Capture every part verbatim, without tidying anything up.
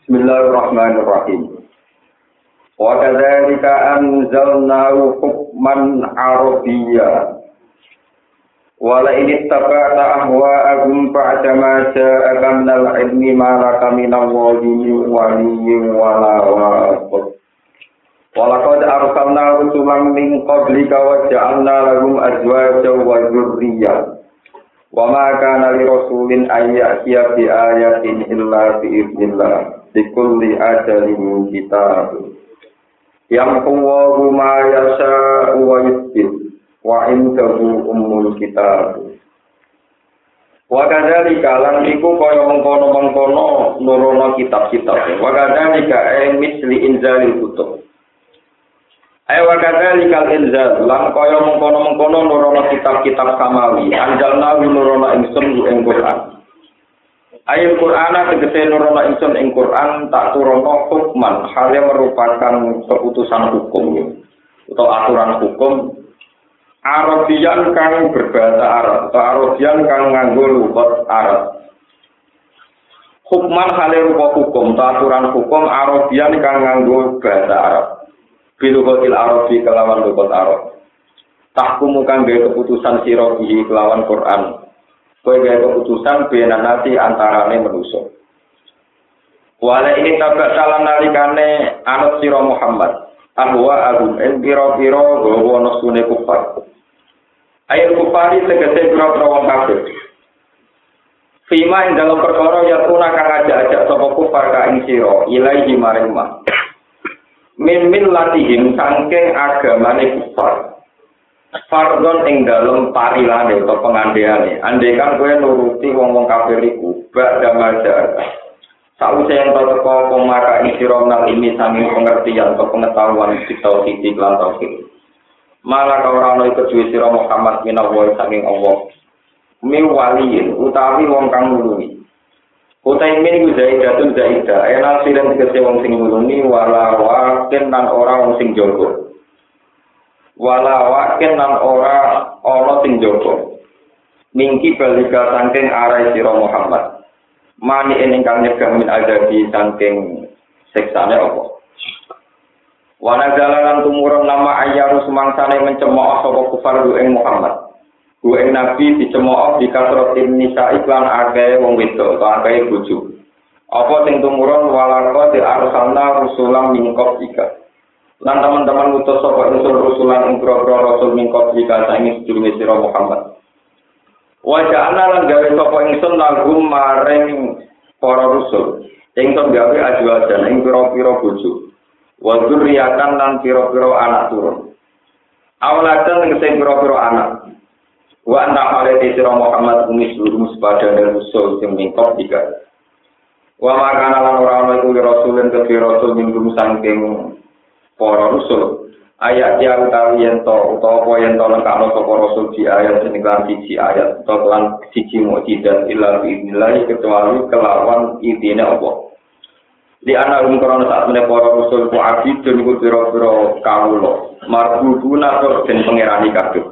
Bismillahirrahmanirrahim. Wa kadzalika anzalnahu hukman arabiyya. Wa la in ittaba'ta ahwa'ahum ba'da ma ja'aka minal ilmi ma laka minal waliyyin waliyyin wa la waqt. Wa laqad arsalna rusulan min qablika wa ja'alna lahum azwajan wa dzurriyyah. Wa ma kana li rasulin ay ya'tiya bi ayatin illa bi idznillah likulli ajalin kitab yamhu ma yasha'u wa yuthbit wa indahu ummul kitab wa kadzalika lan iku kaya mengkono-mengkono nurono kitab-kitab wa kadzalika ay misli inzalil kutub. Ayo wakadali kal inzal lan kaya mengkono-mengkono nurono kitab-kitab samawi anjalna nurono ingsun ing Quran. Ayo Qur'ana tegese nurono ingsun ing Quran tak turono hukman hale merupakan keputusan hukum atau aturan hukum Arabian kang berbahasa Arab atau Arabian kang nganggo lughat Arab. Hukman hale rupa hukum atau aturan hukum Arabian kang nganggo bahasa Arab. Bilugotil Arabi kelawan lugot Arab. Tahkumu kang gawe keputusan sira bihi kelawan Quran. Kowe gawe keputusan bena nasi antarane manusa. Wala ini tabak salan nalikane anut sira Muhammad. Ahwa agum en pira-pira gawa nesune kufar. Ayat kufari tegese pira-pira wong kafir. Fima ing dalam perkara yatuna kang ajak-ajak sapa kufar ka ing sira ilahi maring ma. Min min latihim sangking agamane kufar fardon ing dalem parilane atau pengandeane andekan kowe nuruti wong-wong kafir iku bak damaja sause ento teko pemaka isira nang ini sanging pengertian atau pengetahuan tauhid lan tauhid malah ora ana iku duwe sira Muhammad minawa sanging Allah mi waliyin utawi wong kang nulungi. Utai ini ku zaidatun zaidah, enal silen tegese wong sing ngulungi wala wakin lan ora wong sing jaga. Wala wakin lan ora ana sing jaga. Mingki balika saking arai sira Muhammad. Mani ingkang nyegah min adabi saking siksane apa. Wana jalanan tumurun nama ayyaru sumangsane mencemooh sapa kufar ing Muhammad. Gue nabi dicemooh di kasrotin nisa iklan akeh wong wedok atau akeh bojo. Apa sing tumurun walako di arsalna rusulam mingkop jika. Lan teman-teman utus sapa usul rusulan ing pro-pro rasul mingkop jika saking sedurunge sira Muhammad. Wa ja'alna lan gawe sapa ingsun lagum maring para rusul. Ingsun gawe ajwajan ing pira-pira bojo. Wa dzurriyatan lan pira-pira anak turun. Awladan ing pira-pira anak. Wa anta halati sira Muhammad umis lumus pada dan usul sing mingkop tiga. Wa makana lan ora ana iku rasulun ke rasul minggum saking para rasul. Ayat ya utawi yen to utawa apa yen to nekano sapa rasul di ayat sing kan siji ayat utawa lan siji mukjizat illa billahi kecuali kelawan idine apa. Di ana rum krono sak meneh para rasul ku abidun iku pira-pira kawula. Marbubuna tur den pangerani kabeh.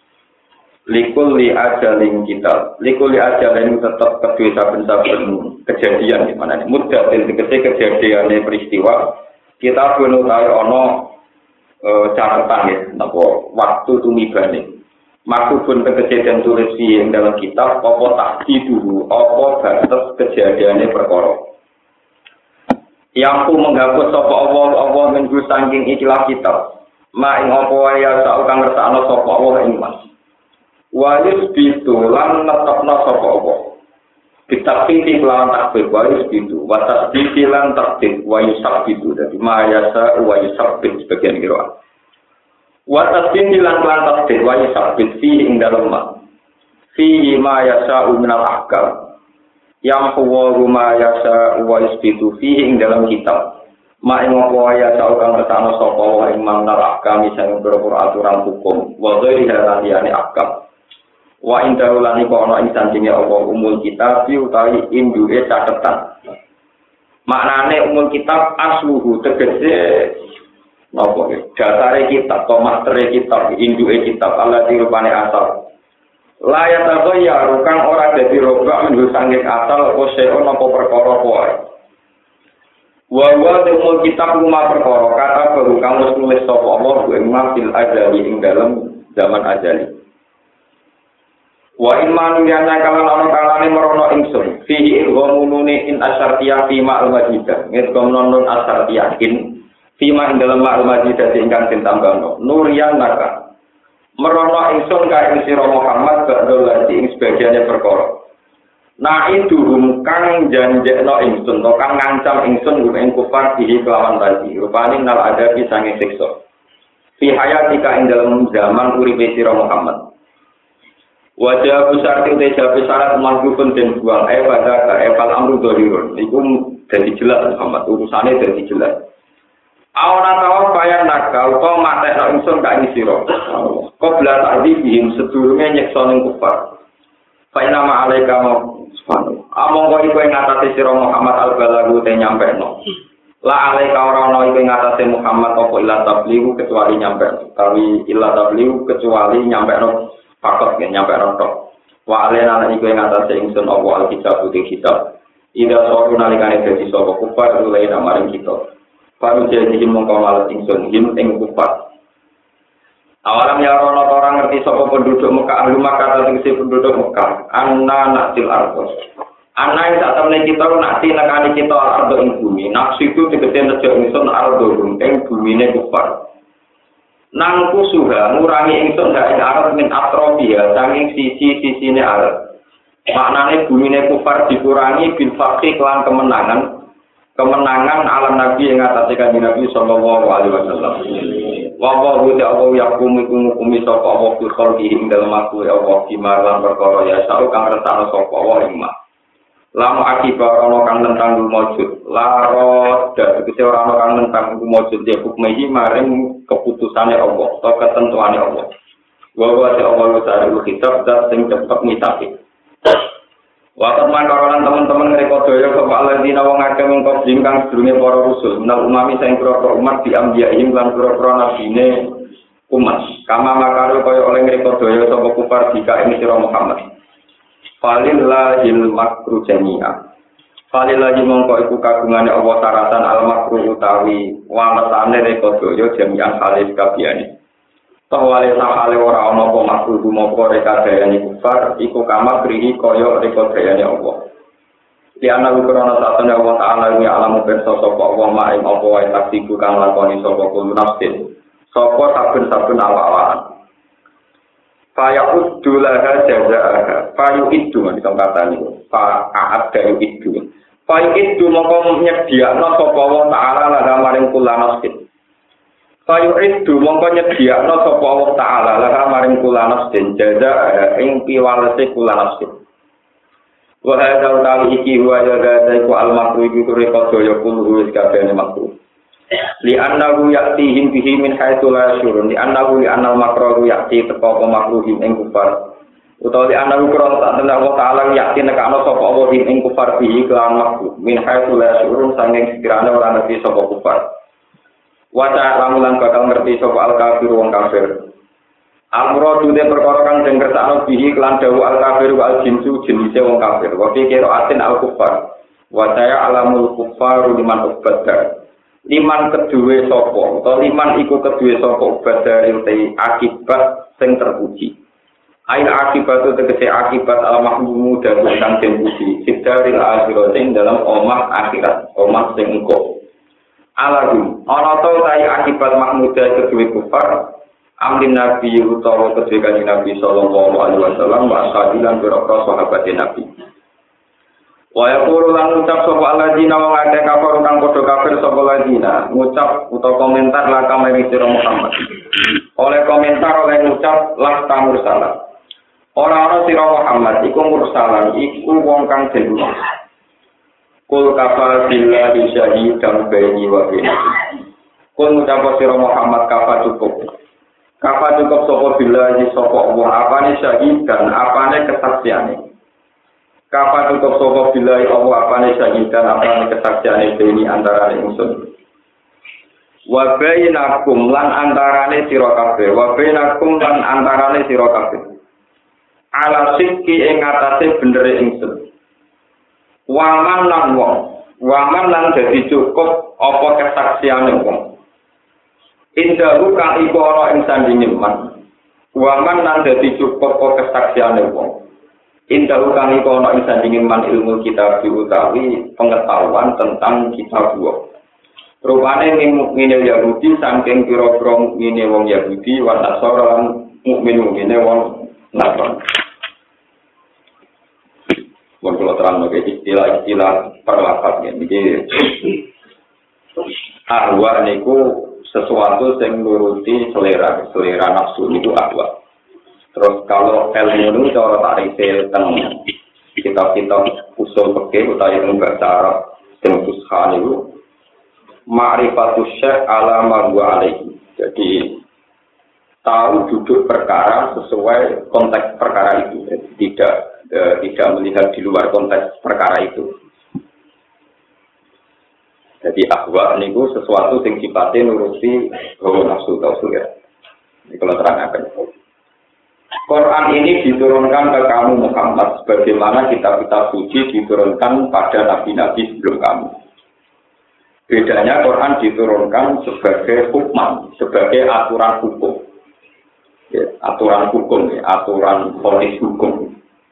Likul li ajalin kita, likul li ajalin tetap kedua saben-saben kejadian di mana ini mudah dan ketika kejadian peristiwa kita perlu tahu ono e, catatan ya, nabo waktu tumibane. Makupun kejadian tulis yang dalam kitab, apa tak dulu, apa batas kejadiannya perkara. Yang ku menghapus apa Allah Allah minggu saking ikilah kitab. Ma ing apa ya sak kang ngersakno sapa Allah ing mas. Wajib bitulan netapna sapa apa ditakfiti lawan takfir wajib bitu watas bitilan takfir wajib sabitu dadi mayasa wajib sabit sebagian kira watas bitilan lawan takfir wajib sabit fi ing dalem ma fi mayasa minal ahkam yang huwa mayasa wajib bitu fi ing dalam kitab ma ing apa ya kang ngetano sapa wa ing manal ahkam sing beberapa aturan hukum wa ghairi hadani ahkam. Wa indahu lan iku ana ing sandinge Allah umul kitab utawi induke catetan. Maknane umul kitab asluhu tegese napa iki? Dasare kitab, to mastere kitab, induke kitab Allah dirupane asal. Layat apa ya kang ora dadi robak minggu sanging asal apa seo napa perkara wae. Wa wa temul kitab rumah perkara kata baru kamu nulis sapa Allah ku ing mafil ajali ing dalam zaman ajali. Wa imanu yana kalan ana kalane merono ingsun fihi ghamunune in asyartiya fi ma'al majidah ngedom non asyartiyakin fi ma ing dalam ma'al majidah ingkang den tambahno nuriyan naka merono ingsun ka ing sira Muhammad badhe lati ing sebagiane perkara. Nah itu kang janjekno ingsun to kang ngancam ingsun ing kufar bihi kelawan tadi rupane nal ada pisange siksa fi hayatika ing dalam zaman uripe sira Muhammad. Wajah besar itu jawab syarat mahjubun dan buang eh pada ke epal amru dohirun itu jadi jelas Muhammad urusannya jadi jelas. Awana tawa bayan naga kau mata nak insun kak ini siro. Kau belah tadi bihim sedurungnya nyekso ning kufar. Fai nama alaika mau subhanahu. Among kau iku yang ngatasi siro Muhammad al-balagu te nyampe no. La alaika orang-orang iku yang ngatasi Muhammad opo ilah tabliu kecuali nyampe no. Tapi ilah tabliu kecuali nyampe no. Fakot yang nyampe rontok. Wa alena anak iku yang ngatasi ingsun opo al-kitab putih kitab. Ida soru nalikane dadi sapa kufar ulai namaring kita. Baru jadi mongko malas ingsun him ing kufar. Awalam ya rono orang ngerti sapa penduduk Mekah ahli Makkah tegese penduduk Mekah. Anna naktil ardos. Anna ing sak temene kita nakti nekani kita ardo ing bumi. Nafsu itu tegese nejo ingsun ardo ing bumine kufar. Nangku suha ngurangi ingsun dak ing arep min atrofia saking sisi-sisine arep. Maknane bumine kufar dikurangi bil fakhi kelan kemenangan. Kemenangan alam Nabi yang atase kanjeng Nabi sallallahu alaihi wasallam. Wa wa Allah yakum hukumi sapa Allah fi khalqihi ing dalem aku ya Allah dimarlan perkara ya sak kang resakno sapa Allah ing mak. Lamu akibat ana kang tentang mujud. Laro tegese ora ana kang tentang mujud ya hukmihi maring keputusane Allah atau ketentuane Allah. Wa wa Allah ta'ala kitab dat sing cepet mitake. Waktu mangkarolan teman-teman ngerekodaya kepala dina wong akeh mengko jingkang sedurunge para rasul menal umami sing pira-pira umat diambiyaim lan pira-pira nabine umat kama makaro kaya oleh ngerekodaya sapa kufar jika ing sira Muhammad falillahil makru jami'a falillahi mongko iku kagungane Allah taratan al makru utawi waletane rekodaya jami'an halis kabiyane Tawale sahale ora ana apa makruh moko rekadayane kufar iku kama krihi kaya rekadayane Allah. Di ana ukurana satene Allah taala ya alamu perso sapa Allah maing apa wae taksiku kang lakoni sapa kulo nafsin. Sapa saben-saben awak-awakan. Faya uddulaha jazaaha. Fayu itu man dikatakan niku. Fa a'adda itu. Fayu itu mongko nyediakno sapa Allah taala lan maring kula nafsin. Fayu itu mongko nyediakno sapa Allah taala lan maring kula nafsin jaza ing piwalese kula nafsin. Wa hadza utawi iki wa jaza iku al makruh iku rekodaya kulo wis kabehane makruh. Li annahu ya'tihim bihi min haitsu la yashurun li annahu li annal makruh ya'ti teko makruhim ing kufar. Utawa li annahu qur'an Allah taala ya'ti nekano sapa Allah ing kufar bihi kelan makruh min haitsu la yashurun sanging sekirane ora ngerti sapa kufar. Waca lamulan bakal ngerti sapa al kafir wong kafir. Amro dude perkara kang den kersakno bihi kelan dawu al kafir wal jinsu jenise wong kafir. Wa fi qira'atin al kufar. Waca alamul kufaru liman ubadar. Liman kedue sapa utawa liman iku kedue sapa ubadar uti akibat sing terpuji. Ail akibat tegese akibat al mahmumu dan kang den puji. Sidaril akhirat ing dalam omah akhirat, omah sing engko. Alahum, ana to tai akibat mahmudah kedue kufar amrin nabi utawa kedue kanjeng Nabi sallallahu alaihi wasallam wa sadilan berapa sahabat Nabi. Wa yaqulu lan ucap sapa alladzina wa ngate kafir kang padha kafir sapa alladzina ngucap utawa komentar la kamari sira Muhammad. Oleh komentar oleh ngucap la tamur salah. Ora ana sira Muhammad iku mursalan iku wong kang den Kul kafa billahi syahidan baini wa bainakum. Kul ngucap sira Muhammad kafa cukup. Kafa cukup sapa billahi sapa Allah apane syahidan apane kesaksiane. Kafa cukup sapa billahi Allah apane syahidan apane kesaksiane baini antara ingsun. Wa bainakum lan antarane sira kabeh wa bainakum lan antarane sira kabeh. Ala sikki ing atase bendere ingsun. Waman lan wong Waman lan dadi cukup apa kesaksiane wong. Indahu kang iku ana ing sandinge man. Waman lan dadi cukup apa kesaksiane wong. Indahu kang iku ana ing sandinge man ilmu kitab utawi pengetahuan tentang kitab wa. Rupane mukmine Yahudi saking pira-pira mukmine wong Yahudi wa Nasara lan mukmin-mukmine wong Nasrani. Wong kula terang nek istilah-istilah perlapat ya iki. Ahwa niku sesuatu yang nuruti selera, selera nafsu itu ahwa. Terus kalau ilmu itu cara takrif teng kitab-kitab usul fikih utawa ilmu bahasa Arab sing fushah niku ma'rifatus syekh ala ma huwa alaihi. Jadi tahu duduk perkara sesuai konteks perkara itu. Jadi, tidak eh, tidak melihat di luar konteks perkara itu. Jadi ahwa niku sesuatu yang sifatnya nuruti hawa nafsu tausul ya. Ini kalau terangkan. Quran ini diturunkan ke kamu Muhammad sebagaimana kitab-kitab suci diturunkan pada nabi-nabi sebelum kamu. Bedanya Quran diturunkan sebagai hukum, sebagai aturan hukum. Ya, aturan hukum, ya, aturan polis hukum.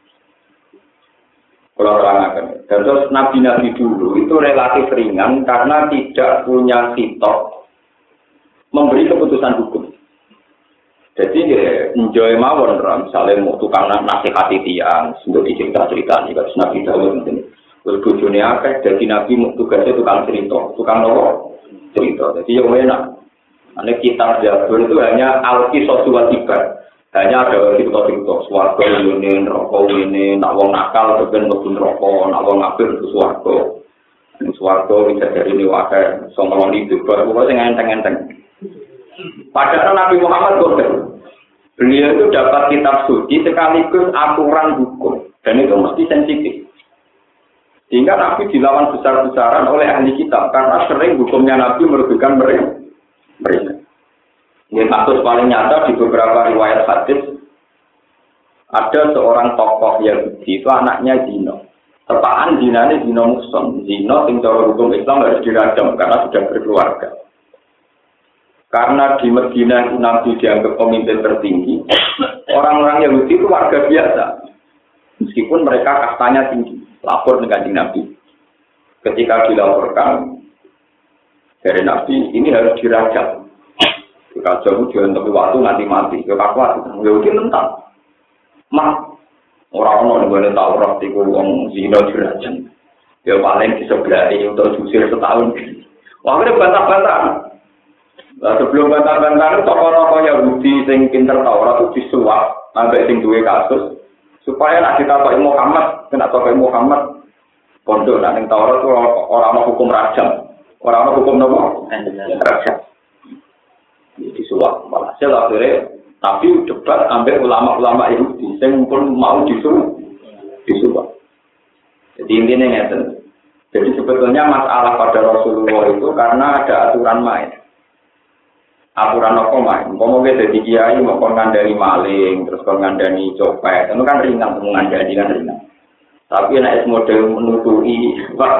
Kalau terangkan. Dan terus nabi-nabi dulu itu relatif ringan karena tidak punya sitok memberi keputusan hukum. Jadi ya, enjoy mawon, misalnya mau tukang nasihati tiang, untuk dicerita-cerita nih, kalau nabi Dawud mungkin. Berbujune akeh dadi nabi tugasnya tukang cerita, tukang nopo cerita. Jadi yang enak. Ane kitab Zabur itu hanya al-qisas wa tibar. Hanya ada cerita-cerita swarga ngene, neraka ngene, nak wong nakal ben mlebu neraka, nak wong apik mlebu swarga. Ning swarga bisa dari niwake songkon hidup pokoke sing enteng-enteng. Padahal Nabi Muhammad kok beliau itu dapat kitab suci sekaligus aturan hukum dan itu mesti sensitif. Sehingga Nabi dilawan besar-besaran oleh ahli kitab karena sering hukumnya Nabi merugikan mereka. mereka. Ini kasus paling nyata di beberapa riwayat hadis ada seorang tokoh Yahudi itu anaknya Zino. Tepaan zinanya Zino Muhson. Zino yang cara hukum Islam harus dirajam karena sudah berkeluarga. Karena di Medina Nabi dianggap pemimpin tertinggi, orang-orang Yahudi itu warga biasa. Meskipun mereka kastanya tinggi. Lapor dengan Nabi. Ketika dilaporkan dari Nabi, ini harus dirajam. Jika jauh jangan tapi waktu nanti mati. Jika kuat, Yahudi tentang. Mah, orang-orang yang boleh tahu roh itu orang zina dirajam. Ya paling di sebelah ini untuk jusir setahun. Wah, ini bantah-bantah. Nah, sebelum bantah-bantah, tokoh-tokoh Yahudi yang pinter Taurat itu disuap sampai sing duwe kasus. Supaya nak kita tahu Muhammad, kena tahu Muhammad, pondok nak yang Taurat itu orang mau hukum rajam, orang mau hukum nopo rajam. Jadi suap, malah saya akhirnya tapi debat ambil ulama-ulama Yahudi, yang pun mau disuruh, disuap. Jadi intinya ngeten. Jadi sebetulnya masalah pada Rasulullah itu karena ada aturan main. Aturan apa main? Mau jadi kiai mau ngandani maling, terus ngandani copet, itu kan ringan, ngandani kan ringan. Tapi nek model menutupi,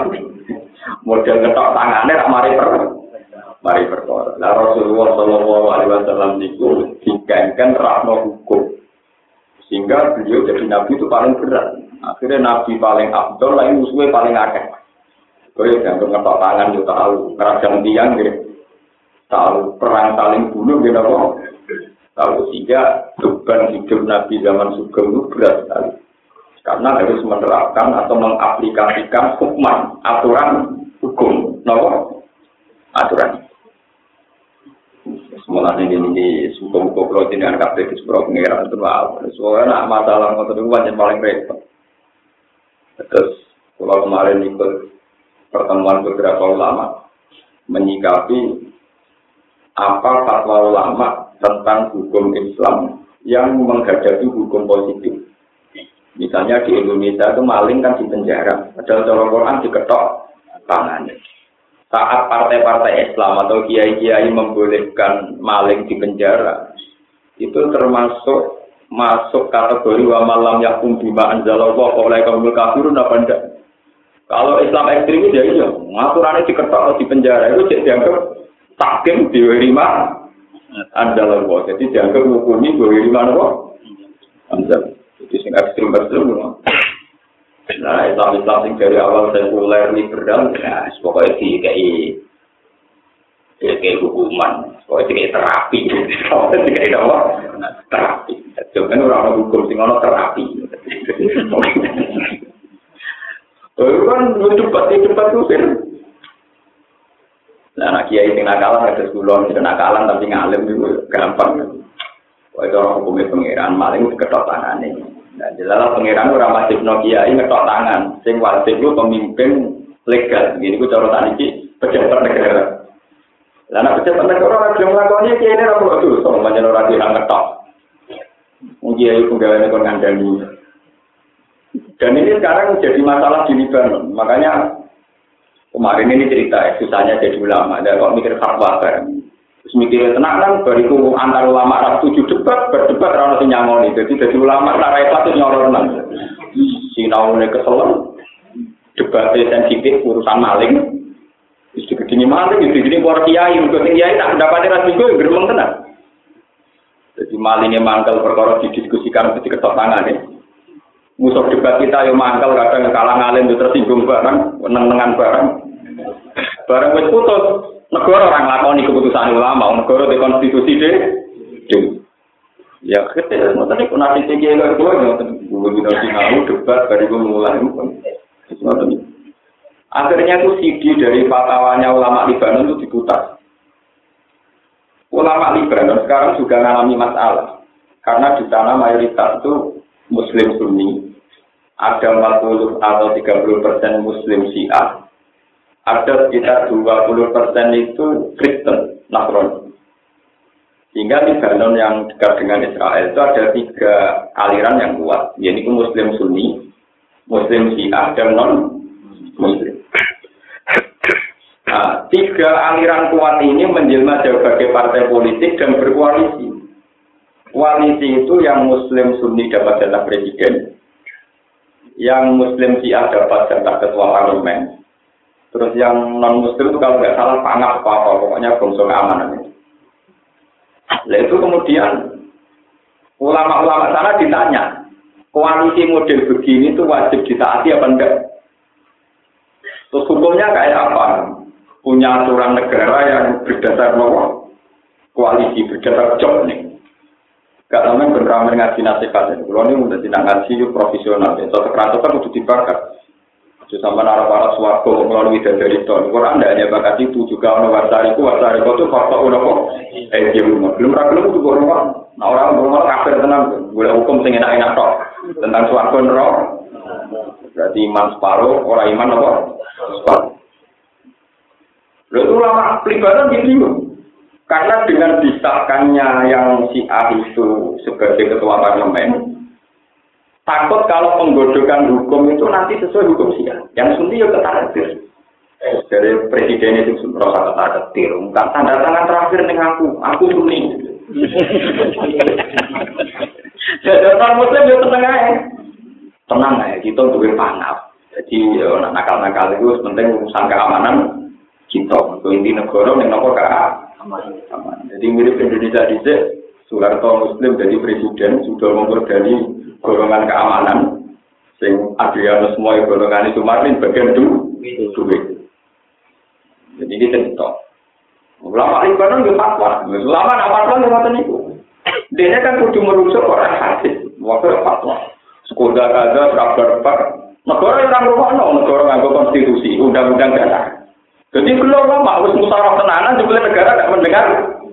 model ketok tangannya tak mari per, mari perkara. Nah Rasulullah Shallallahu Alaihi Wasallam itu digankan rahmat hukum, sehingga beliau jadi nabi itu paling berat. Akhirnya nabi paling abdul, lain musuhnya paling akeh. Kau yang ketok tangan juga tahu, kerajaan tiang gitu. Tahu perang saling bunuh gitu kok. Tahu sehingga beban hidup Nabi zaman Sugeng itu berat sekali. Karena harus menerapkan atau mengaplikasikan hukuman, aturan hukum, nopo aturan. Semuanya ini ini hukum-hukum kalau dengan K P I sepuluh pengeran itu apa? Soalnya masalah ngotot itu yang paling repot. Terus kalau kemarin ikut pertemuan beberapa ulama menyikapi apa fatwa ulama tentang hukum Islam yang menghadapi hukum positif. Misalnya di Indonesia itu maling kan di penjara, padahal cara Quran diketok tangannya. Saat partai-partai Islam atau kiai-kiai membolehkan maling di penjara, itu termasuk masuk kategori wa malam yakum bima anzalallah oleh kaumul kafirun apa enggak? Kalau Islam ekstremis ya iya, ngaturannya diketok di penjara itu jadi dianggap takim di lima adalah kok. Jadi dianggap hukumi di lima kok. Anjir. Jadi sing ekstrem ekstrem. Nah, Islam Islam sing dari awal sekuler liberal, ya pokoknya di kayak kayak hukuman, pokoknya kayak terapi, pokoknya kayak apa? Terapi. Jangan orang hukum sing ono terapi. Oh kan cepat cepat tuh sih. Nah, anak kiai sing nakalan ada sekolah sing nakalan tapi ngalim itu gampang. Wah itu orang hukumnya pangeran maling diketok tangane. Nah jelas pangeran ora wajib no kiai ngetok tangan. Sing wajib lu pemimpin legal. Gini ku cara taniki pejabat negara. Lah nek pejabat negara ora gelem nglakoni kiai ora perlu terus sama panjen ora dirang ngetok. Mung kiai penggaweane kon ngandani. Dan ini sekarang jadi masalah di Libanon. Makanya kemarin ini cerita ya, susahnya jadi ulama. Ada kok mikir fatwa kan. Terus mikirnya tenang kan, bariku antar ulama ras tujuh debat, berdebat rana si nyangoni. Jadi jadi ulama tarai satu nyoror nang. Sinaune keselen, debatnya sensitif urusan maling. Istri kedini maling, istri kedini por kiai, untuk kiai tak mendapatkan ras minggu, geremeng tenang. Jadi malingnya mangkal perkara didiskusikan ketika ketok tangan ya. Musuh debat kita yang mangkal kadang kalah ngalim itu tersinggung barang, meneng-nengan barang. Barang wis putus, negara orang lakoni keputusan ulama, negara di konstitusi deh. Ya, kita ngoten niku nanti tinggi lho kuwi ngoten. Gubernur Sinau debat dari mulai ngoten. Akhirnya itu C D dari fatwanya ulama Libanon itu diputar. Ulama Libanon sekarang juga mengalami masalah karena di sana mayoritas itu Muslim Sunni, ada empat puluh atau tiga puluh persen Muslim Syiah, ada sekitar dua puluh persen itu Kristen, Nasrani. Sehingga Libanon yang dekat dengan Israel itu ada tiga aliran yang kuat, yaitu Muslim Sunni, Muslim Syiah, dan non-Muslim. Nah, tiga aliran kuat ini menjelma sebagai partai politik dan berkoalisi. Koalisi itu yang Muslim Sunni dapat jatah presiden, yang Muslim Syiah dapat jatah ketua parlemen, terus yang non Muslim itu kalau nggak salah pangap apa pokoknya bangsa keamanan itu. Nah itu kemudian ulama-ulama sana ditanya, koalisi model begini itu wajib ditaati apa enggak? Terus hukumnya kayak apa? Punya aturan negara yang berdasar nomor koalisi berdasar job nih. Gak lama beneran ngaji nasihat ini. Kalau ini udah tidak ngaji profesional. Soal kerasa kan udah dibakar. Jadi sama narapara suwargo melalui dari tahun. Quran tidak hanya bakat itu juga ono wasariku wasariku itu fakta udah kok. Eh dia belum belum ragu itu orang. Nah orang belum kafir tenang. Boleh hukum sing enak-enak tok tentang suwargo nerok. Berarti iman separuh, orang iman apa? Separuh. Lalu ulama Libanon gitu. Karena dengan disahkannya yang Syiah itu sebagai ketua parlemen, takut kalau penggodokan hukum itu nanti sesuai hukum Syiah. Yang Sunni ya ketar-ketir. Dari presiden itu merasa ketar-ketir. Bukan tanda tangan terakhir dengan aku, aku Sunni. Jadi orang Muslim ya tenang aja. Tenang aja, kita duwe pangap. Jadi ya nakal-nakal itu penting urusan keamanan kita. Untuk inti negara yang nopo keamanan. Aman. Jadi mirip Indonesia dicek, Soeharto Muslim jadi presiden sudah memperdani golongan keamanan. Sing Adrianus semua golongan itu Martin bagian duit. Jadi ini cerita. Ulama Libanon itu fatwa. Ulama nak fatwa yang macam itu. Dia kan kudu merusak orang hadis. Waktu fatwa. Sekolah kaza kabar-kabar. Negara yang rumah no, negara nganggo konstitusi, undang-undang dasar. Jadi kalau ulama harus musyawarah tenanan juga negara tidak mendengar.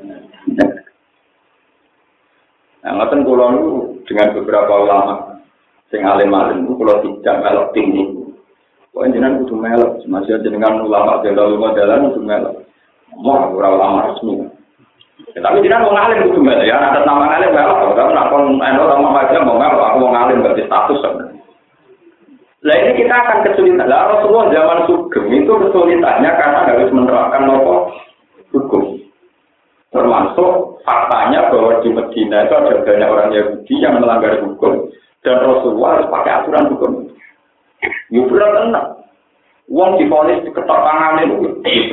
Nah, ngoten kula niku dengan beberapa ulama sing alim-alim niku kula tidak melok tinggi. Kok jenengan kudu melok, masih jenengan ulama jeneng ulama dalan kudu melok. Mau ora ulama resmi. Ya, tapi jenengan wong alim kudu melok ya, atas nama alim melok, tapi nek kon eno ulama aja mau melok aku wong alim berarti status sebenarnya. Nah ini kita akan kesulitan. Lah Rasulullah zaman Sugeng itu kesulitannya karena harus menerapkan nopo hukum. Termasuk faktanya bahwa di Medina itu ada banyak orang Yahudi yang melanggar hukum dan Rasulullah harus pakai aturan hukum. Itu benar benar. Wong divonis diketok tangane lho.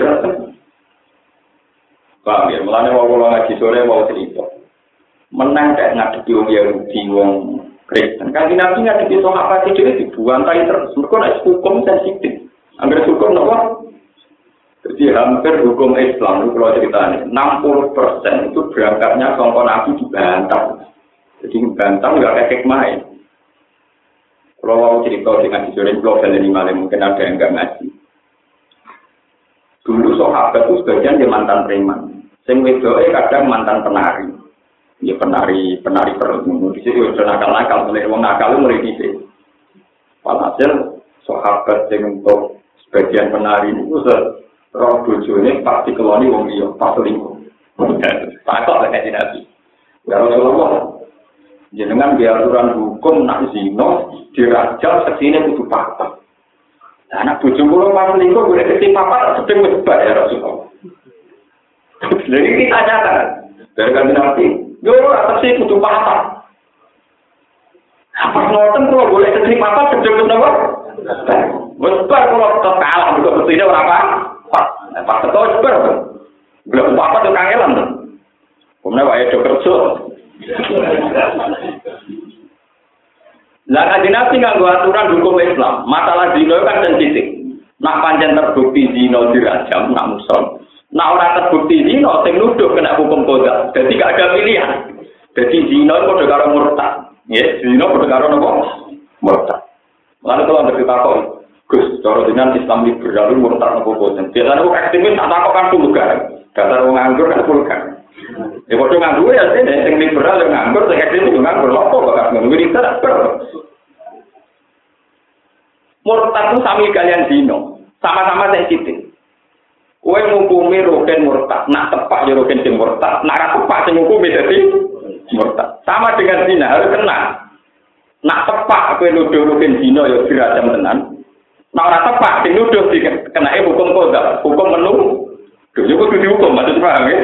Paham ya, mulane wong kula ngaji sore mau cerita. Menang kayak ngadepi wong Yahudi, wong Kristen. Kan Nabi ngadepi sahabat iki dhewe dibuantai terus. Mergo nek hukum sensitif. Angger hukum napa? Jadi hampir hukum Islam itu kalau ceritanya enam puluh persen itu berangkatnya sangka Nabi dibantah. Jadi bantah nggak kayak hikmah. Kalau mau cerita dengan dijodohin kalau kalian lima mungkin ada yang nggak ngaji. Dulu sahabat itu sebagian dia mantan preman. Sing wedoke kadang mantan penari. Ya penari penari perut. Di situ udah nakal-nakal, mulai wong nakal mulai di situ. Walhasil sahabat yang untuk sebagian penari itu roh bojone pas dikeloni wong liya, pas selingkuh. Takok lek kanjeng Nabi. Ya Rasulullah. Jenengan biar aturan hukum nak zina dirajal seksine kudu patah. Lah anak bojo kula pas selingkuh boleh keti papat sedeng wis bar ya Rasulullah. Lha iki tanyatan. Dari kanjeng Nabi, yo ora seksi kudu patah. Apa ngoten kula boleh keti papat sedeng wis napa? Wis bar kula tetep kalah kok seksine ora apa? Nah, pas itu sebar, belum apa tuh kangelan tuh. Kemudian wae do kerja. Lah kanjeng Nabi nganggo aturan hukum Islam. Masalah zina kan sensitif. Nak pancen terbukti zina dirajam, nak muson. Nak ora terbukti zina, sing nuduh kena hukum qadha. Jadi gak ada pilihan. Jadi zina padha karo murtad. Ya, zina padha karo napa? Murtad. Lalu kalau bercerita kok Gus, cara dengan Islam liberal itu murtad nopo boten. Biasanya kok ekstremis tak takok kan vulgar. Dasar wong nganggur kan vulgar. Ya padha nganggur ya sing sing liberal yang nganggur, sing ekstremis yo nganggur lopo kok kan ngiri tak ber. Murtad itu sami kalian zina, sama-sama sensitif. Kowe ngukumi roken murtad, nak tepak yo roken sing murtad, nak ra tepak sing ngukumi dadi murtad. Sama dengan zina harus kena. Nak tepak kowe nuduh roken zina yo dirajam tenan. Nah orang tepat, sing nuduh dikenai hukum qadha, hukum menung. Dulu kudu dihukum, maksud paham ya?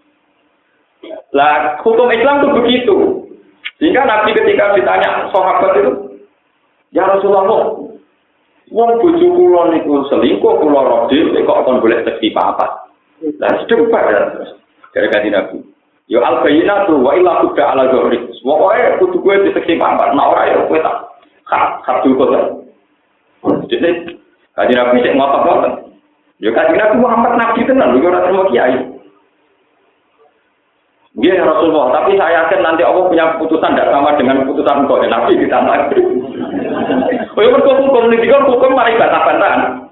Lah, hukum Islam itu begitu. Sehingga Nabi ketika ditanya sahabat itu, ya Rasulullah, wong bojo kula niku selingkuh kula rodil, kok kon golek seksi papat. Lah sedempat ya. Dari kanjeng Nabi. Yo al-bayyinatu wa illa tudda ala dzahri. Pokoke kudu kowe diseksi papat, nek ora ya kowe tak kabul qadha. Jadi, kanjeng Nabi cek ngotot-ngotot. Ya kanjeng Nabi Muhammad Nabi tenan, lho ora terima kiai. Dia ya Rasulullah, tapi saya yakin nanti Allah punya keputusan tidak sama dengan keputusan engkau. Ya Nabi ditambah. Oh ya berkumpul hukum ini juga hukum mari bantah-bantahan.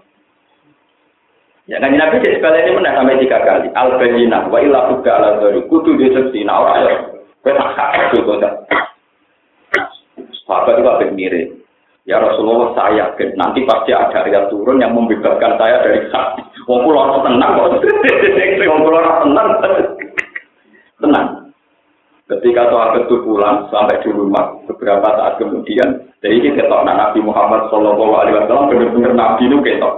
Ya kanjeng Nabi cek sekali ini menang sampai tiga kali. Al-bayyinah wa illa tudda ala dzari kudu diseksina ora ya. Kowe tak sakit kok. Sahabat itu agak mirip. Ya Rasulullah saya yakin nanti pasti ada ayat turun yang membebaskan saya dari sakit. Wong kula tenang kok. Wong kula tenang. Tenang. Ketika sahabat itu pulang sampai di rumah beberapa saat kemudian, dari ini ketok Nabi Muhammad Shallallahu Alaihi Wasallam benar-benar Nabi itu ketok.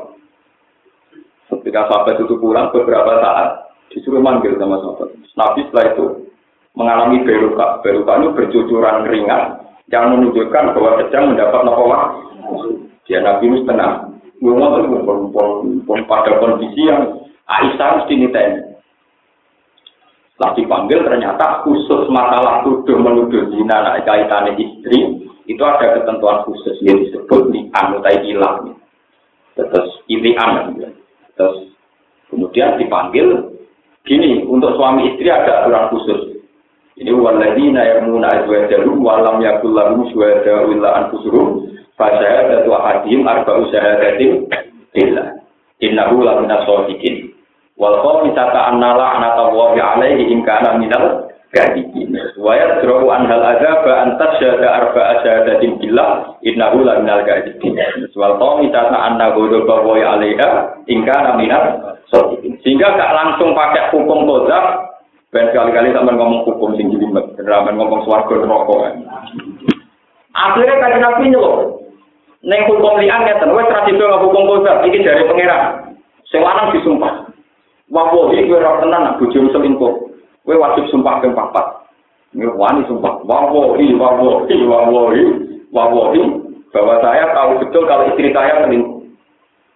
Ketika sahabat itu pulang beberapa saat disuruh manggil sama sahabat. Nabi setelah itu mengalami beruka, beruka itu bercucuran keringat. Yang menunjukkan bahwa sedang mendapat nafkah. Dia Nabi itu tenang. Ngomong itu pada kondisi yang Aisyah mesti niteni. Setelah dipanggil ternyata khusus masalah tuduh menuduh zina anak kaitannya istri itu ada ketentuan khusus yang disebut li'an utai ilah. Terus ilian. Terus kemudian dipanggil gini untuk suami istri ada aturan khusus. Ini waladina yarmuna azwajahum wa lam yakul lahum syuhada illa anfusuhum fa syahadatu ahadihim arba'u syahadatin billah innahu la minas shadiqin wal qawmisata annala anatallahi alaihi in kana minal kadhibin wa yadra'u an hal adzaba an tashhada arba'a syahadatin billah innahu la minal kadhibin wal qawmisata anna ghadaballahi alaiha in kana minal shadiqin sehingga gak langsung pakai hukum qadha. Ben kali-kali sampean ngomong hukum sing jelimet, sampean ngomong swarga neraka. Akhirnya kanjeng Nabi nyeluk. Ning hukum li'an ngeten, wis ra dido hukum qadha, iki dari pangeran. Sing lanang disumpah. Wallahi kowe ora tenan bojomu selingkuh. Kowe wajib sumpah ping papat. Nek wani sumpah, wallahi, wallahi, wallahi, wallahi bahwa saya tahu betul kalau istri saya selingkuh.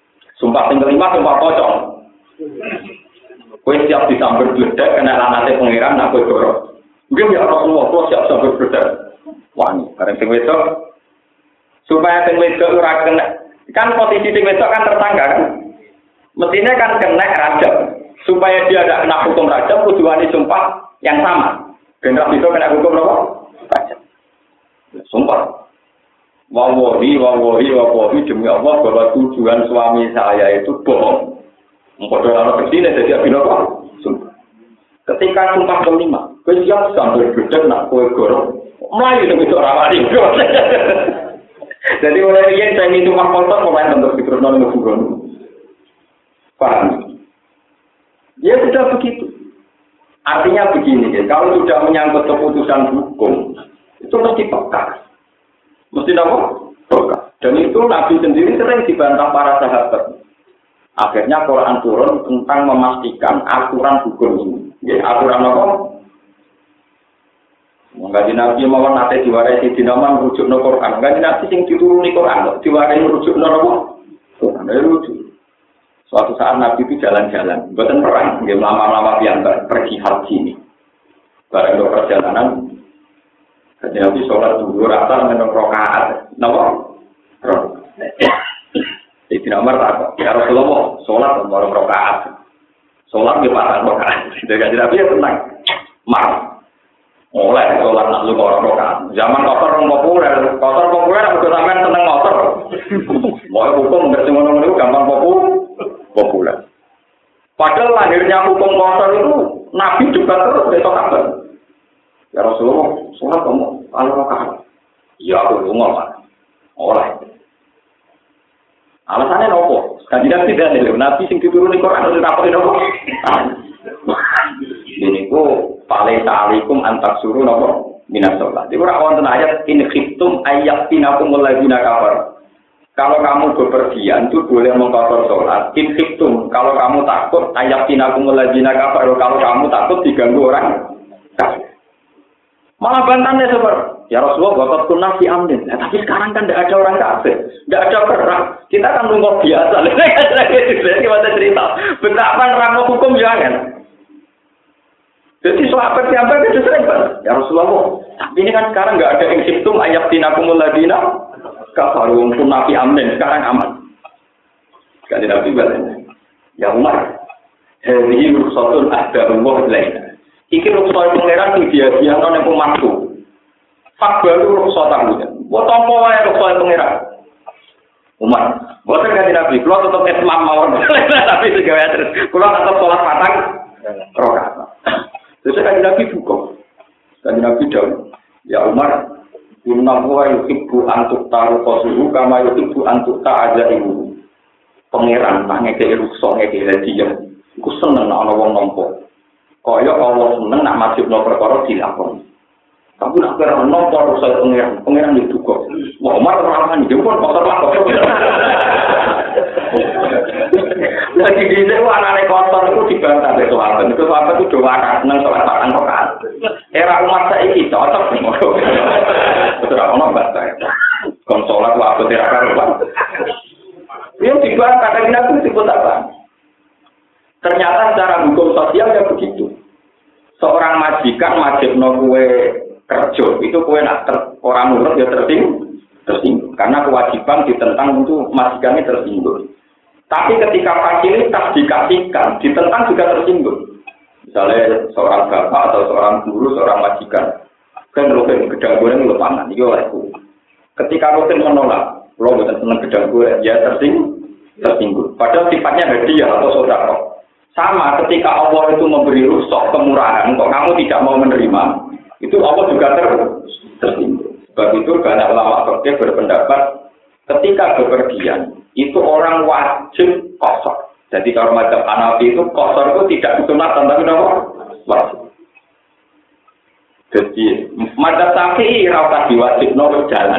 Sumpah sing kelima sumpah pocong. Kowe siap disambar bledek kena lanate pangeran nak kowe goro. Mungkin ya Rasulullah kowe siap sambar bledek. Wani, bareng sing wedok supaya sing wedok ora kena. Kan posisi sing wedok kan tersangka kan. Mestinya kan kena rajam. Supaya dia tidak kena hukum rajam tujuannya sumpah yang sama. Generasi itu kena hukum apa? Rajam. Sumpah. Wawahi, wawahi, wawahi demi Allah bahwa tujuan suami saya itu bohong. Mengkodok anak kecil jadi abin apa? Sumpah. Ketika sumpah kelima, gue siap sambil berdek nak kue gorong. Melayu itu itu rawani. Jadi mulai yang saya minum sumpah kotor, mulai bentuk di terus nol nol. Paham? Ya sudah begitu. Artinya begini, ya, kalau sudah menyangkut keputusan hukum, itu mesti peka. Mesti apa? Peka. Dan itu Nabi sendiri sering dibantah para sahabat. Akhirnya Quran turun tentang memastikan aturan hukum ini. Ya, aturan apa? Mengkaji Nabi mawon nate diwarai si dinaman rujuk no Quran. Mengkaji Nabi sing dituruni Quran, diwarai rujuk no apa? Quran itu rujuk. Suatu saat Nabi itu jalan-jalan, bukan perang, dia lama-lama piantar pergi haji ini. Barang do perjalanan, kaji Nabi sholat dulu rata dengan rokaat, nama? Jadi nomor tak, ya Rasulullah, sholat nomor rokaat, sholat di pasar rokaat. Jadi kaji Nabi ya tenang, marah. Mulai sholat nak lu orang rokaat. Zaman kotor orang populer, kotor populer aku sampean seneng kotor. Mau hukum nggak cuma ngomong itu gampang populer. Populer. Padahal lahirnya hukum kotor itu Nabi juga terus besok kabar. Ya Rasulullah, sholat kamu kalau rokaat. Ya aku lu ngomong, oleh. Alasannya nopo? Kan tidak tidak nih, Nabi sing dituruni Quran udah apa nopo? Ini ku paling ta'alikum antak suruh nopo minas sholat. Itu orang wonten ayat in khiftum ayyaktinakum alladziina kafar. Kalau kamu bepergian itu boleh mengkotor sholat. In khiftum, kalau kamu takut ayyaktinakum alladziina kafar, kalau kamu takut diganggu orang kafir. Malah bantannya seperti ya Rasulullah, bapak kunna fi amnin. Nah, tapi sekarang kan tidak ada orang kafir, tidak ada perang. Kita kan nunggu biasa. Jadi masa cerita, betapa nerangno hukum jangan. Jadi sahabat siapa itu sering ya Rasulullah. Tapi ini kan sekarang nggak ada insiptum ayat tinakumul ladina kafarum kunna fi amnin. Sekarang aman. Sekali Nabi bilang, ya Umar, hadhihi rukhsatun ahdarullah lain. Iki rukhsat pangeran iki dia dia nang pemantu. Fak baru rukhsat tamunya. Buat apa wae rukhsat pangeran? Umar, boten kanthi Nabi, kula tetep ismam mawon. Tapi segawe terus. Kula tetep salat patang rakaat. Terus kanthi Nabi buka. Kanthi Nabi dawuh, ya Umar, inna wa yuhibbu an tuqtaru qasuhu kama yuhibbu an tuqta'ajahu. Pangeran tak ngekeki rukhsat ngekeki hadiah. Iku seneng ana wong nampa. Kaya Allah seneng nak majibno perkara dilakoni. Tapi nak kira nampa rusak pengiran, pengiran itu kok. Wah, Umar ramah dia pun kotor lah. Lagi di sini anaknya kotor itu dibantah dari sahabat. Itu sahabat itu doa seneng sholat patang rakaat. Era umat saiki cocok nih. Betul apa bantah? Kon sholat waktu tidak karuan. Dia dibantah dari Nabi disebut apa? Ternyata secara hukum sosial ya begitu. Seorang majikan majibno kue kerja itu kue nak ter, orang nurut ya tersinggung, tersinggung. Karena kewajiban ditentang untuk majikannya tersinggung. Tapi ketika fasilitas dikasihkan, ditentang juga tersinggung. Misalnya seorang bapak atau seorang guru, seorang majikan, kan rutin gedang goreng lepangan, itu olehku. Ketika rutin menolak, lo bukan senang gedang goreng, ya tersinggung, tersinggung. Padahal sifatnya hadiah atau saudara. Sama ketika Allah itu memberi rukhsah kemurahan, kok kamu tidak mau menerima, itu Allah juga ter tersinggung. Sebab itu banyak ulama fikih berpendapat ketika bepergian itu orang wajib qasar. Jadi kalau mazhab Hanafi itu qasar itu tidak disunatkan tapi apa? Wajib. Jadi mazhab Syafi'i ora usah diwajibno jalan.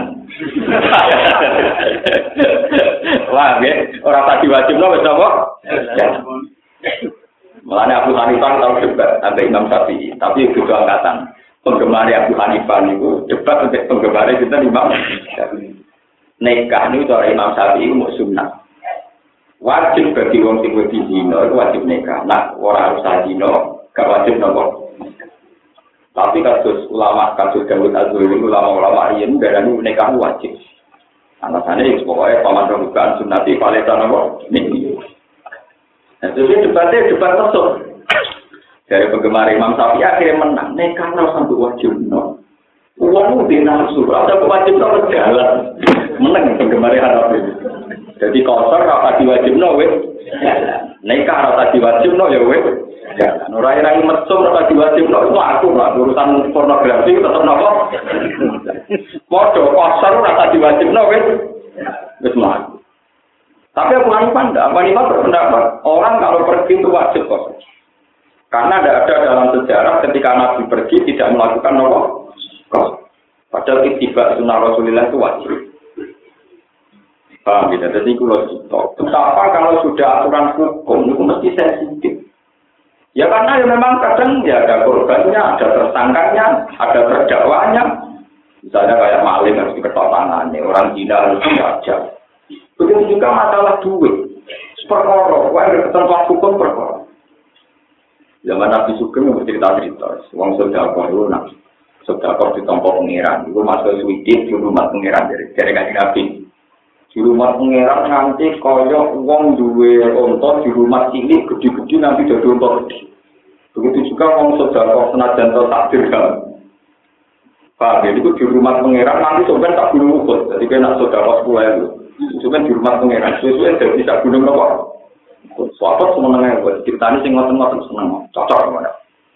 Wah, nggih, ora usah diwajibno wis apa? Jalan. Mulanya Abu Hanifah tahu debat sampai Imam Syafi'i, tapi itu angkatan penggemar Abu Hanifah itu debat untuk penggemar kita Imam Syafi'i. Nikah itu dari Imam Syafi'i mau sunnah, Wajib bagi wong sing wedi zina itu wajib nikah. Nah, ora harus zina, gak wajib nopo. Tapi kasus ulama, kasus Daud Azuri, ulama-ulama riyen darani nikah wajib. Alasannya itu pokoknya paman pembukaan sunnati paleta nopo. Nah, terus debatnya debat mesum. Dari penggemar Imam Syafi'i akhirnya menang. Nikah harus sampai wajib no. Uang di nafsu, ada wajib no berjalan. Menang penggemar Hanafi. Jadi kosor rasa diwajib no wes. Nikah rasa diwajib no ya wes. Nurai-rai mesum rasa diwajib no itu aku lah. Urusan pornografi tetap nopo. Podo kosor rasa diwajib no wes. Wes mah. Tapi Abu Hanifah enggak. Abu Hanifah berpendapat orang kalau pergi itu wajib kosor. Karena tidak ada dalam sejarah ketika Nabi pergi tidak melakukan nopo. Padahal ittiba sunnah Rasulullah itu wajib. Paham ya? Jadi kalau kita, betapa kalau sudah aturan hukum itu mesti sensitif. Ya karena ya memang kadang ya ada korbannya, ada tersangkanya, ada terdakwanya. Misalnya kayak maling harus diketok tangannya, orang zina harus diajar. Begitu juga masalah duit. Perkara, wah ada ketentuan hukum perkara. Zaman Nabi Sugeng itu cerita-cerita, uang sedekah itu nak sedekah ditampa pengiran, itu masuk suwidi di rumah pengiran dari dari kaji Nabi. Di rumah pengiran nanti koyok uang dua ontor di rumah cilik gede-gede nanti jadi ontor gede. Begitu juga uang sedekah senajan atau takdir kan. Pak, jadi itu di rumah pengiran nanti sebenarnya tak gunung ukut, jadi kena sedekah sepuluh itu. Sebenarnya di rumah pengiran, sesuai dari bisa gunung apa? Sahabat semenengah buat ceritanya sing ngoten-ngoten seneng, cocok kemana?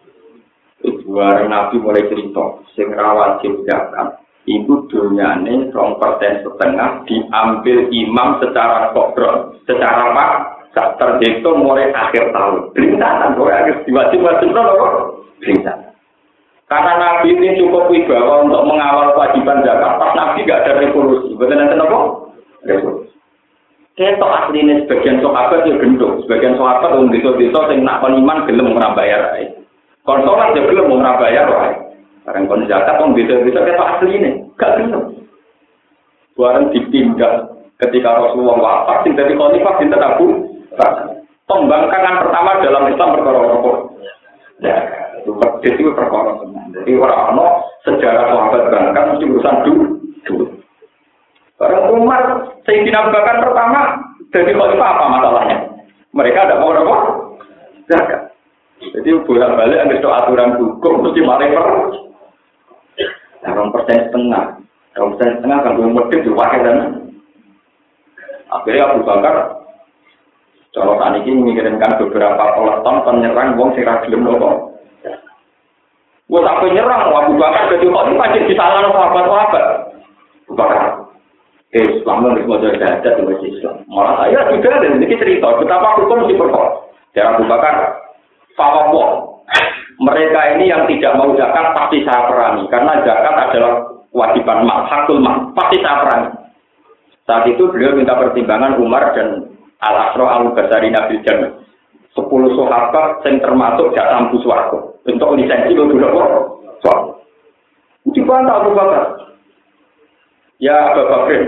Ibu Nabi mulai cerita, sing wajib zakat, itu dunyane rong persen setengah diambil imam secara kodron, secara pak, saat terhitung mulai akhir tahun. Berintasan, mulai akhir diwajib-wajib loh, berintasan. Karena Nabi ini cukup wibawa untuk mengawal kewajiban zakat, pas Nabi gak ada revolusi, betul nanti apa? Revolusi. Ketok aslinya sebagian sahabat ya gendong, sebagian sahabat orang desa-desa yang nak iman gelem ora bayar ae. Kon salat ya gelem ora bayar ae. Barang kon zakat wong desa-desa ketok asline, gak gelem. Barang ditindak ketika Rasulullah wafat sing dadi khalifah dinten Abu Bakar. Pembangkangan pertama dalam Islam perkara apa? Ya, itu itu perkara tenan. Jadi ora ono sejarah sahabat bangkan mesti urusan duit. Barang Umar, Sayyidina Abu Bakar pertama, jadi khalifah apa masalahnya? Mereka tidak mau apa? Zakat. Jadi bolak-balik ada aturan hukum mesti maling per. Nah, persen setengah, persen setengah kan belum medit diwakil dan. Akhirnya Abu Bakar, kalau saat ini mengirimkan beberapa peleton penyerang wong sing ra gelem nopo. Wes apa nyerang Abu Bakar jadi khalifah jadi disalahno sahabat-sahabat. Abu Bakar Eh, Islam itu mau jadi ada di Islam. Malah saya sudah ada ini cerita betapa hukum mesti berkor. Cara Abu Bakar, Fawapo, mereka ini yang tidak mau zakat pasti saya perangi karena zakat adalah kewajiban mal, hakul mal, pasti saya perangi. Saat itu beliau minta pertimbangan Umar dan Al-Asro Al-Basari Nabil Jannah. Sepuluh sahabat yang termasuk jatah buswargo untuk lisensi itu dulu kok. Soal. Itu bantah Abu Bakar. Ya Abu Bakar,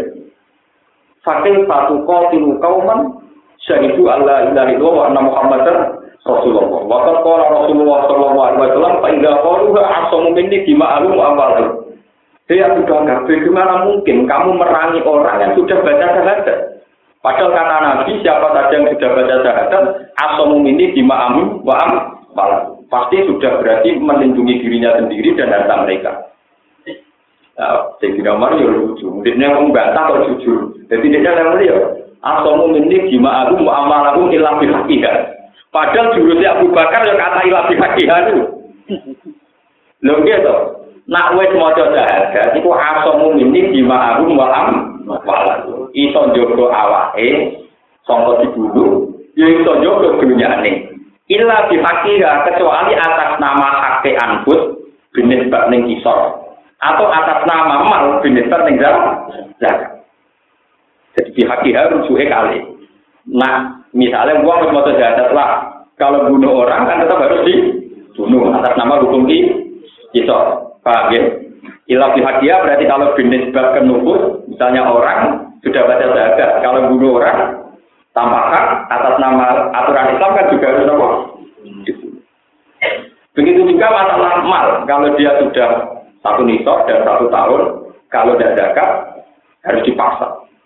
fakir satu kau tilu kauman syahidu Allah ilaha illallah wa anna Muhammadar Rasulullah. Waqad qala Rasulullah sallallahu alaihi wasallam fa idza qaluha asamu minni dima'alum awal. Dia Abu Bakar, bagaimana mungkin kamu merangi orang yang sudah baca syahadat? Padahal kata Nabi, siapa saja yang sudah baca syahadat, asamu minni dima'alum wa awal. Pasti sudah berarti melindungi dirinya sendiri dan harta mereka. Nah, Sayyidina Umar ya lucu. Dia membantah atau jujur. Jadi dia bilang dia, asamu minni dima'alum wa amalahum illa bihaqqiha. Padahal jurusnya Abu Bakar yang kata illa bihaqqiha itu. Lho gitu. Nak wis maca syahadat iku asamu minni dima'alum wa amalahum. Iso njogo awake sangka dibunuh, ya iso njogo dunyane. Illa bihaqqiha kecuali atas nama hakke anfus binisbat ning kisor. Atau atas nama mal binisbat ning zakat. Jadi bihaqqiha rujuke kali. Nah, misalnya uang harus mau terjadat lah. Kalau bunuh orang kan tetap harus dibunuh atas nama hukum kisor. Paham ya? Ilah bihaqqiha berarti kalau binisbat ke nufus, misalnya orang sudah baca zakat. Kalau bunuh orang tanpa hak atas nama aturan Islam kan juga harus apa? Begitu juga masalah mal, kalau dia sudah satu nisab dan satu tahun, kalau tidak zakat harus dipaksa.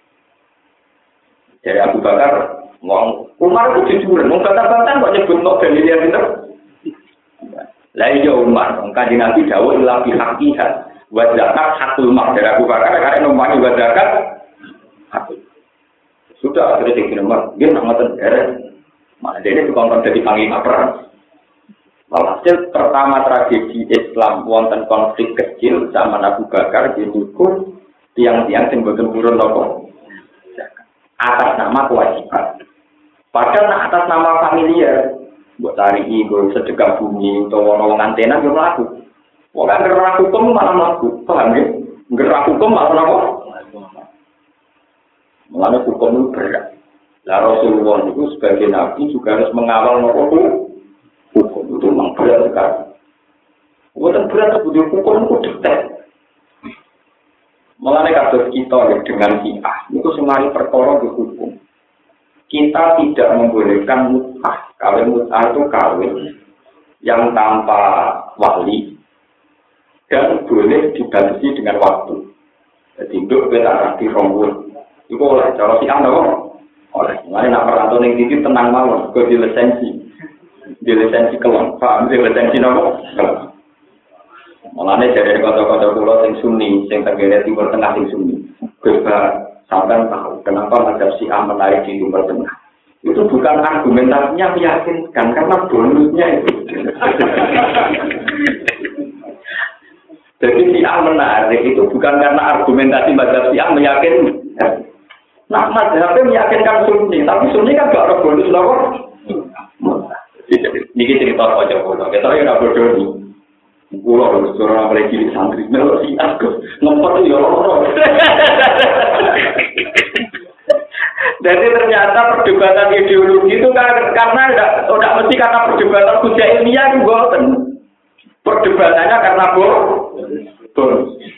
Dari Abu Bakar, ngomong Umar itu jujur, mengkata-kata kok nyebut no dalilnya itu. Lah iya Umar, kanjeng Nabi dawuh ila bi haqiqah wa zakat hakul mal. Dari Abu Bakar karek nomani wa zakat hakul. Sudah akhirnya sing nomor, dia nak ngoten derek. Mana dia ini dikongkon dadi panglima perang. Walhasil pertama tragedi Islam wonten konflik kecil zaman Abu Bakar diukur tiang-tiang sing boten purun napa atas nama kewajiban. Padahal atas nama familiar, buat tarii, buat sedekah bumi, atau wong antena yo mlaku. Wong kan gerak hukum malah mlaku, paham ya? Gerak hukum malah napa? Malah hukum itu berat. Lah Rasulullah itu sebagai nabi juga harus mengawal napa hukum itu memang berat sekali. Bukan berat butuh hukum itu detail. Mulane kados kita dengan Syiah itu semari perkara hukum. Kita tidak membolehkan mut'ah. Kawin mut'ah itu kawin yang tanpa wali dan boleh dibatasi dengan waktu. Jadi induk kita rapi rombul. Itu oleh cara Syiah dong. Oleh. Mulane nak merantau ning iki tenang mawon, kok di lisensi. Di lisensi kelon, paham di lisensi nopo? Mulane dari kota-kota pulau sing Sunni, sing tenggara Timur Tengah sing Sunni, kita sampai tahu kenapa mazhab Syiah menarik di Timur Tengah. Itu bukan argumentasinya meyakinkan, karena bonusnya itu. Jadi Syiah menarik itu bukan karena argumentasi mazhab Syiah meyakinkan. Nah, mazhabnya meyakinkan Sunni, tapi Sunni kan gak ada bonus nopo. Niki cerita aja bodoh. Kita ya ora bodoh ni. Kulo harus orang mulai cilik santri melok si aku ngempet ya loro. Jadi ternyata perdebatan ideologi itu kan karena tidak tidak mesti karena perdebatan hujah ilmiah itu boten. Perdebatannya karena bodoh.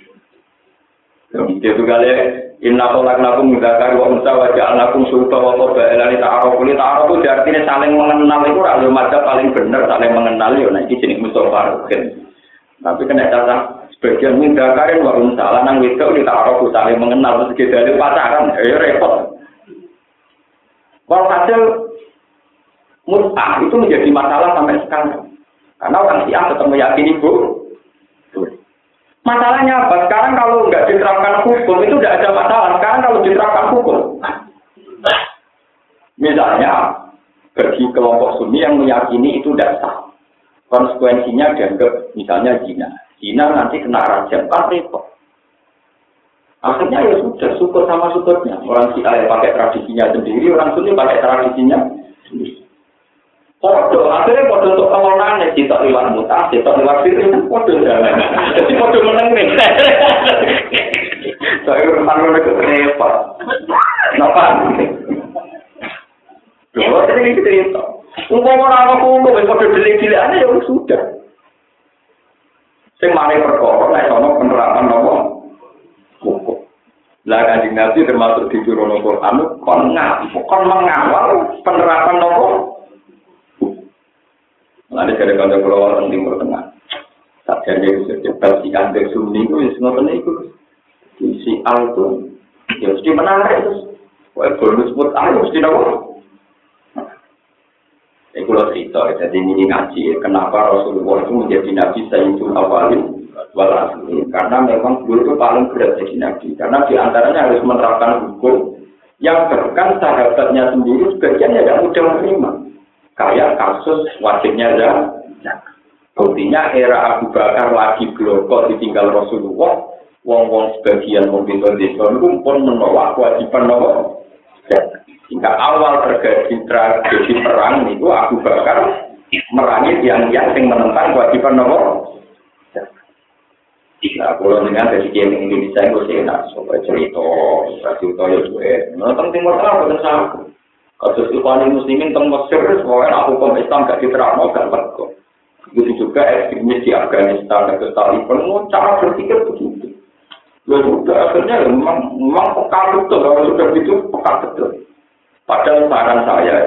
Itu kali inna khalaqnakum min dzakari wa untha wa ja'alnakum syu'uban wa qabaila li ta'arafu. Li ta'arafu artinya saling mengenal itu ora yo macam paling bener saling mengenal yo nek iki jeneng Mustafa. Tapi kena catatan sebagian min dzakari wa untha lanang wedok li ta'arafu saling mengenal terus gedhe pacaran ya repot. Walhasil mut'ah itu menjadi masalah sampai sekarang. Karena orang Syiah tetap meyakini bu masalahnya apa? Sekarang kalau nggak diterapkan hukum itu tidak ada masalah. Sekarang kalau diterapkan hukum, misalnya bagi kelompok Sunni yang meyakini itu tidak sah, konsekuensinya dianggap misalnya zina, zina nanti kena rajam, kan repot. Akhirnya ya sudah syukur sama syukurnya. Orang Syiah pakai tradisinya sendiri, orang Sunni pakai tradisinya sendiri. Podo, akhirnya podo untuk kelolaan kita lewat mutah, kita lewat firman kan podo jalan. Jadi podo menang nih. Saya urusan mana ke repot. Kenapa? Dua kali ini cerita. Umpama orang aku mau podo delik-delik aja ya sudah. Sing mari perkara nek ana penerapan apa? Hukum. Lah Kanjeng Nabi termasuk di Al Quran kon ngapuk kon mengawal penerapan apa? Lalu dari kata pulau orang Timur Tengah, tak jadi sekitar si Antek Sunni itu, semua itu si Al itu, ya mesti menarik terus. Wah bonus buat Al mesti tahu. Ini kalau cerita, jadi ini ngaji. Kenapa Rasulullah itu menjadi Nabi Sayyidul Awalin wal Akhirin? Karena memang beliau itu paling berat jadi Nabi. Karena diantaranya harus menerapkan hukum yang bahkan sahabatnya sendiri sebagian tidak mudah menerima. Kayak kasus wajibnya zakat. Buktinya era Abu Bakar lagi bloko ditinggal Rasulullah, wong-wong sebagian pemimpin desa itu pun menolak kewajiban nomor. Hingga awal terjadi tragedi perang itu Abu Bakar merangi yang-yang yang menentang kewajiban nomor. Nah, kalau dengan dari game Indonesia itu saya nak coba cerita, cerita ya juga. Nonton Timur Tengah bukan sama. Kasus Ikhwanul Muslimin teng Mesir, soalnya aku hukum Islam gak diterapkan gak bagus. Begitu juga ekstremis di Afghanistan dan Taliban, cara berpikir begitu. Ya sudah, akhirnya memang memang peka betul, kalau sudah begitu peka betul. Padahal saran saya,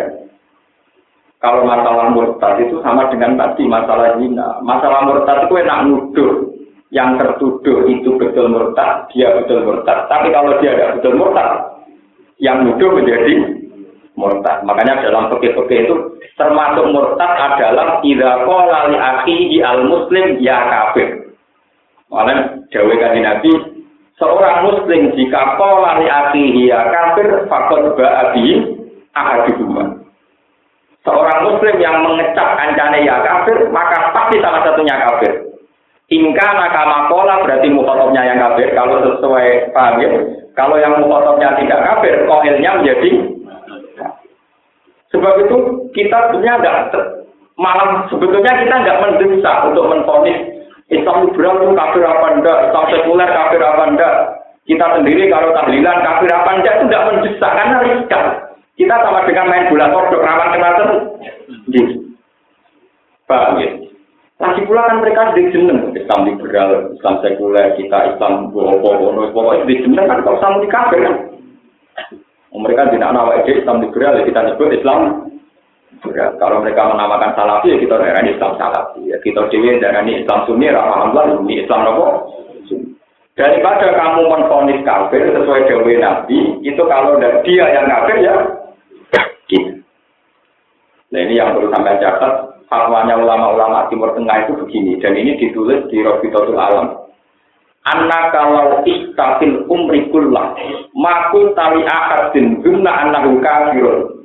kalau masalah murtad itu sama dengan tadi masalah zina. Masalah murtad itu enak nuduh. Yang tertuduh itu betul murtad, dia betul murtad. Tapi kalau dia tidak betul murtad, yang nuduh menjadi murtad. Makanya dalam fikih-fikih itu termasuk murtad adalah idza qala li akhihi al-muslim ya kafir. Malah dawuh kanjeng Nabi, seorang muslim jika qala li akhihi ya kafir faqad ba'a bi ahaduhuma. Seorang muslim yang mengecap kancane ya kafir, maka pasti salah satunya kafir. Ingka nakama kola berarti mukhatabnya yang kafir. Kalau sesuai paham ya. Kalau yang mukhatabnya tidak kafir, kohilnya menjadi. Sebab itu kita sebenarnya tidak malah sebetulnya kita nggak mendesak untuk menfonis Islam liberal itu kafir apa enggak, Islam sekuler kafir apa enggak. Kita sendiri kalau tahlilan kafir apa enggak itu tidak mendesak karena riskan. Kita sama dengan main bola kodok rawan kena gitu. Paham ya? Lagi pula kan mereka di jeneng Islam liberal, Islam sekuler, kita Islam bohong, pokoknya di jeneng kan kalau sama di kafir kan. Mereka tidak nama Islam liberal, ya kita sebut Islam liberal. Kalau mereka menamakan Salafi, ya kita darani Islam Salafi. Ya kita dewi darani Islam Sunni, alhamdulillah ini Islam apa? Daripada kamu menfonis kafir sesuai dewi Nabi, itu kalau dia yang kafir ya. Gitu. Nah ini yang perlu sampai catat. Fatwanya ulama-ulama Timur Tengah itu begini, dan ini ditulis di Rabitatul Alam. Anna kalau istafil umrikullah, maku tali akadin guna annahu kafirun,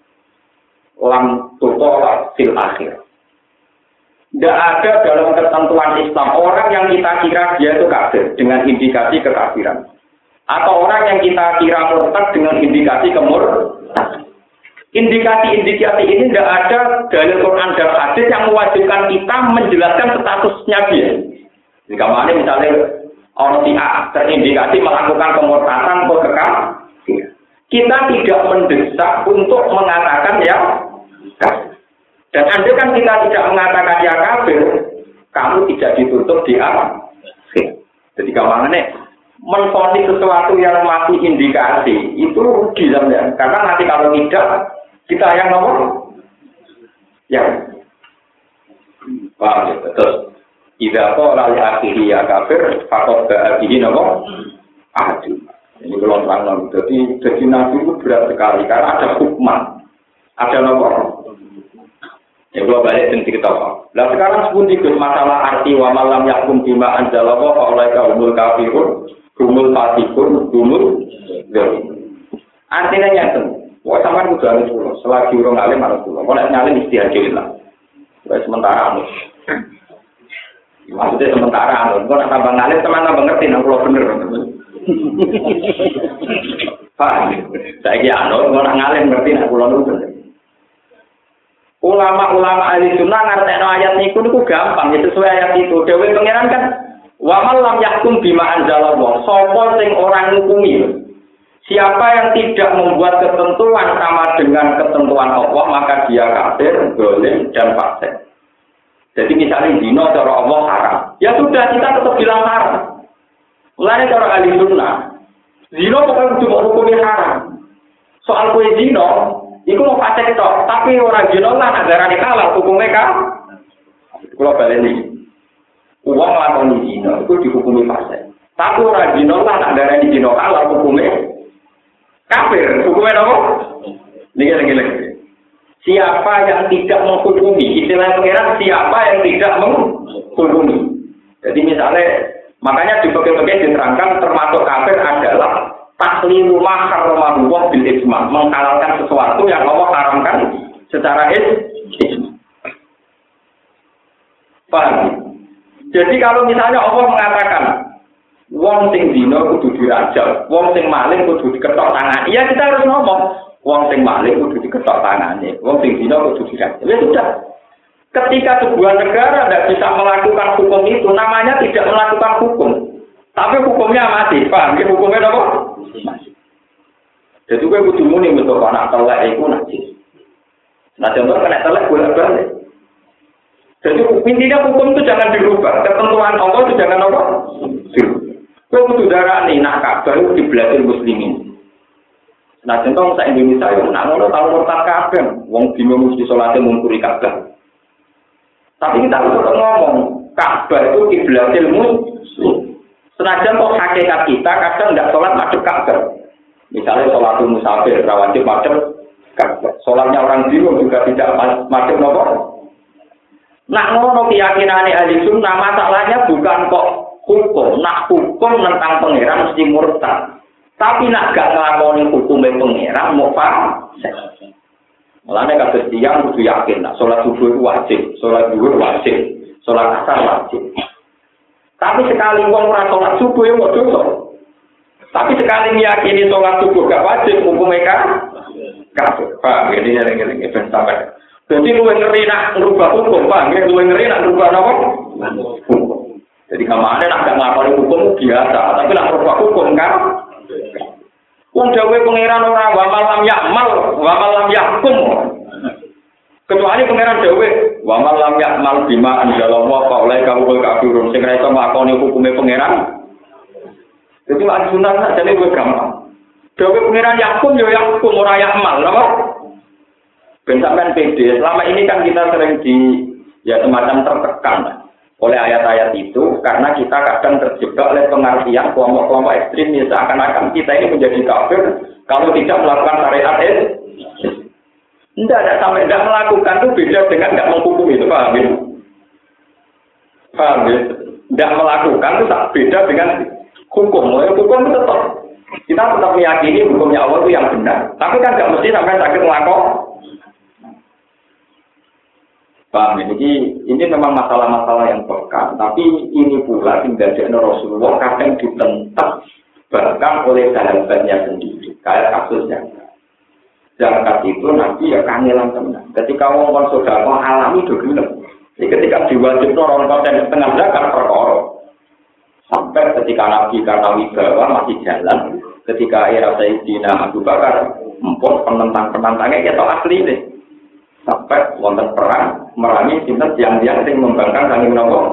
lam tutola fil akhir. Tidak ada dalam ketentuan Islam orang yang kita kira dia itu kafir dengan indikasi kekafiran, atau orang yang kita kira murtad dengan indikasi kemurtadan. Indikasi-indikasi ini tidak ada dalil Quran dan hadis yang mewajibkan kita menjelaskan statusnya dia. Jika mana misalnya orang Syiah terindikasi melakukan kemurtadan atau kekafiran, kita tidak mendesak untuk mengatakan ya kafir. Dan andai kan kita tidak mengatakan ya kafir, kamu tidak ditutup di alam. Jadi kawangannya menfonis sesuatu yang masih indikasi itu rugi sebenarnya. Karena nanti kalau tidak kita yang nomor yang paham ya, terus idza qala li akhihi ya kafir faqad ba'a bihi nomor ahad. Ini kalau terang jadi jadi nabi itu berat sekali karena ada hukman, ada nomor. Ya gua balik dan cerita apa. Nah sekarang sepundi Gus masalah arti wa malam yakum bima anzalallahu alaika umul kafirun, umul fatikun, umul dzalik. Artinya nyata. Wah, sampai kudu alis pulau. Selagi orang alim harus pulau. Kalau ngalim istiadat lah. Kayak sementara anu. Maksudnya sementara anu. Kalau nak tambah ngalim, teman tambah ngerti. Nah, pulau bener. Pak, saya kira anu. Kalau nak ngalim ngerti, nah pulau itu bener. Ulama-ulama ahli sunnah ngerti ayat niku niku gampang. Itu sesuai ayat itu. Dewi pengiran kan. Wa man lam yahkum bima anzalallah. Sapa sing orang ngukumi. Siapa yang tidak membuat ketentuan sama dengan ketentuan Allah, maka dia kafir, zalim, dan fasik. Jadi misalnya zina cara Allah haram. Ya sudah, kita tetap bilang haram. Mulanya cara ahli sunnah, zina pokoknya cuma hukumnya haram. Soal kue zina, itu mau fasik itu. Tapi orang zina lah, negara dikalah, hukumnya kan. Kalau balik ini, uang melakukan zina, itu dihukumi fasik. Tapi orang zina lah, negara di zina kalah, hukumnya kafir, hukumnya apa? Ini lagi-lagi. Siapa yang tidak menghukumi, istilah pengiran siapa yang tidak menghukumi. Jadi misalnya, makanya di bagian-bagian diterangkan termasuk kafir adalah taklilu ma harramahu bil ijma, menghalalkan sesuatu yang Allah haramkan secara ijma. Paham? Jadi kalau misalnya Allah mengatakan wong sing zina kudu dirajam, wong sing maling kudu diketok tangan. Iya kita harus ngomong, wong sing maling kudu diketok tangannya, wong sing zina kudu dirajam. Ya sudah. Ketika sebuah negara tidak bisa melakukan hukum itu, namanya tidak melakukan hukum. Tapi hukumnya masih, paham? Ya, hukumnya apa? Masih. Jadi gue kudu muni betul anak telek iku najis. Nah contoh kena telek bolak-balik. Jadi intinya hukum itu jangan dirubah, ketentuan Allah itu jangan apa? Dirubah. Kau kudu darah nih nak kabar itu dibelajar muslimin. Nah, contoh sak Indonesia yo nak ngono tau murtad kabeh, wong dino mesti salate mungkuri kabeh. Tapi kita harus ngomong, Ka'bah itu kiblatil muslim. Senajan kok hakikat kita kadang enggak sholat madhep Ka'bah. Misalnya sholatul musafir, wajib madhep Ka'bah. Sholatnya orang dino juga tidak madhep nopo. Nak ngono keyakinane ahli sunnah, masalahnya bukan kok hukum, nak hukum tentang pangeran mesti murtad. Tapi nak gak ngelakoni hukumnya pangeran mau paham. Mulane kabeh tiyang kudu yakin nak salat subuh itu wajib, salat zuhur wajib, salat asar wajib. Tapi sekali wong ora salat subuh yo dosa. Tapi sekali meyakini salat subuh gak wajib hukumnya kan kafir. Paham ini yang ben sampai. Jadi luwih ngeri nak ngrubah hukum, Pak. Nggih luwih ngeri nak ngrubah napa? Hukum. Jadi kamane nak gak nglakoni hukum biasa, tapi nak ngrubah hukum kan wong dawuh pangeran ora wa malam yakmal wa malam yakum. Kecuali pangeran dawuh wa malam yakmal bima anzalallahu fa ulai ka hukul kafirun sing ora iso nglakoni hukume pangeran. Jadi lak sunah sak jane kowe gampang. Dawuh pangeran yakum yo yakum ora yakmal, lho. Ben sampean pede. Selama ini kan kita sering di ya semacam tertekan oleh ayat-ayat itu karena kita kadang terjebak oleh pengertian kelompok-kelompok ekstrim seakan-akan kita ini menjadi kafir kalau tidak melakukan syariat itu. Tidak ada sampai tidak melakukan itu beda dengan tidak menghukumi itu, paham ya? Paham ya? Tidak melakukan itu tak beda dengan hukum. Hukum itu tetap kita tetap meyakini hukumnya Allah itu yang benar. Tapi kan tidak mesti sampai sakit melakukan. Paham ini, ini memang masalah-masalah yang peka, tapi ini pula tinggal dari Rasulullah kadang ditentang bahkan oleh sahabatnya sendiri. Kayak kasusnya zakat itu Nabi ya kangelan tenan. Ketika orang saudara alami dogelem. Jadi ketika diwajibkan orang konten setengah zakat perkara. Sampai ketika Nabi karena wibawa masih jalan, ketika era Sayyidina Abu Bakar empun penentang-penentangnya kita asli deh. Sampai wonten perang merangi sinten tiang-tiang sing membangkang saking menapa.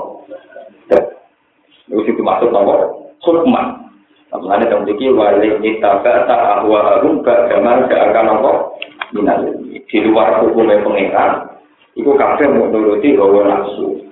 Itu itu maksud napa? Hukman. Mulane teng iki wali kita kata ahwa harum ka jaman akan napa minal di luar hukum pengeran. Iku kabeh menuruti hawa nafsu.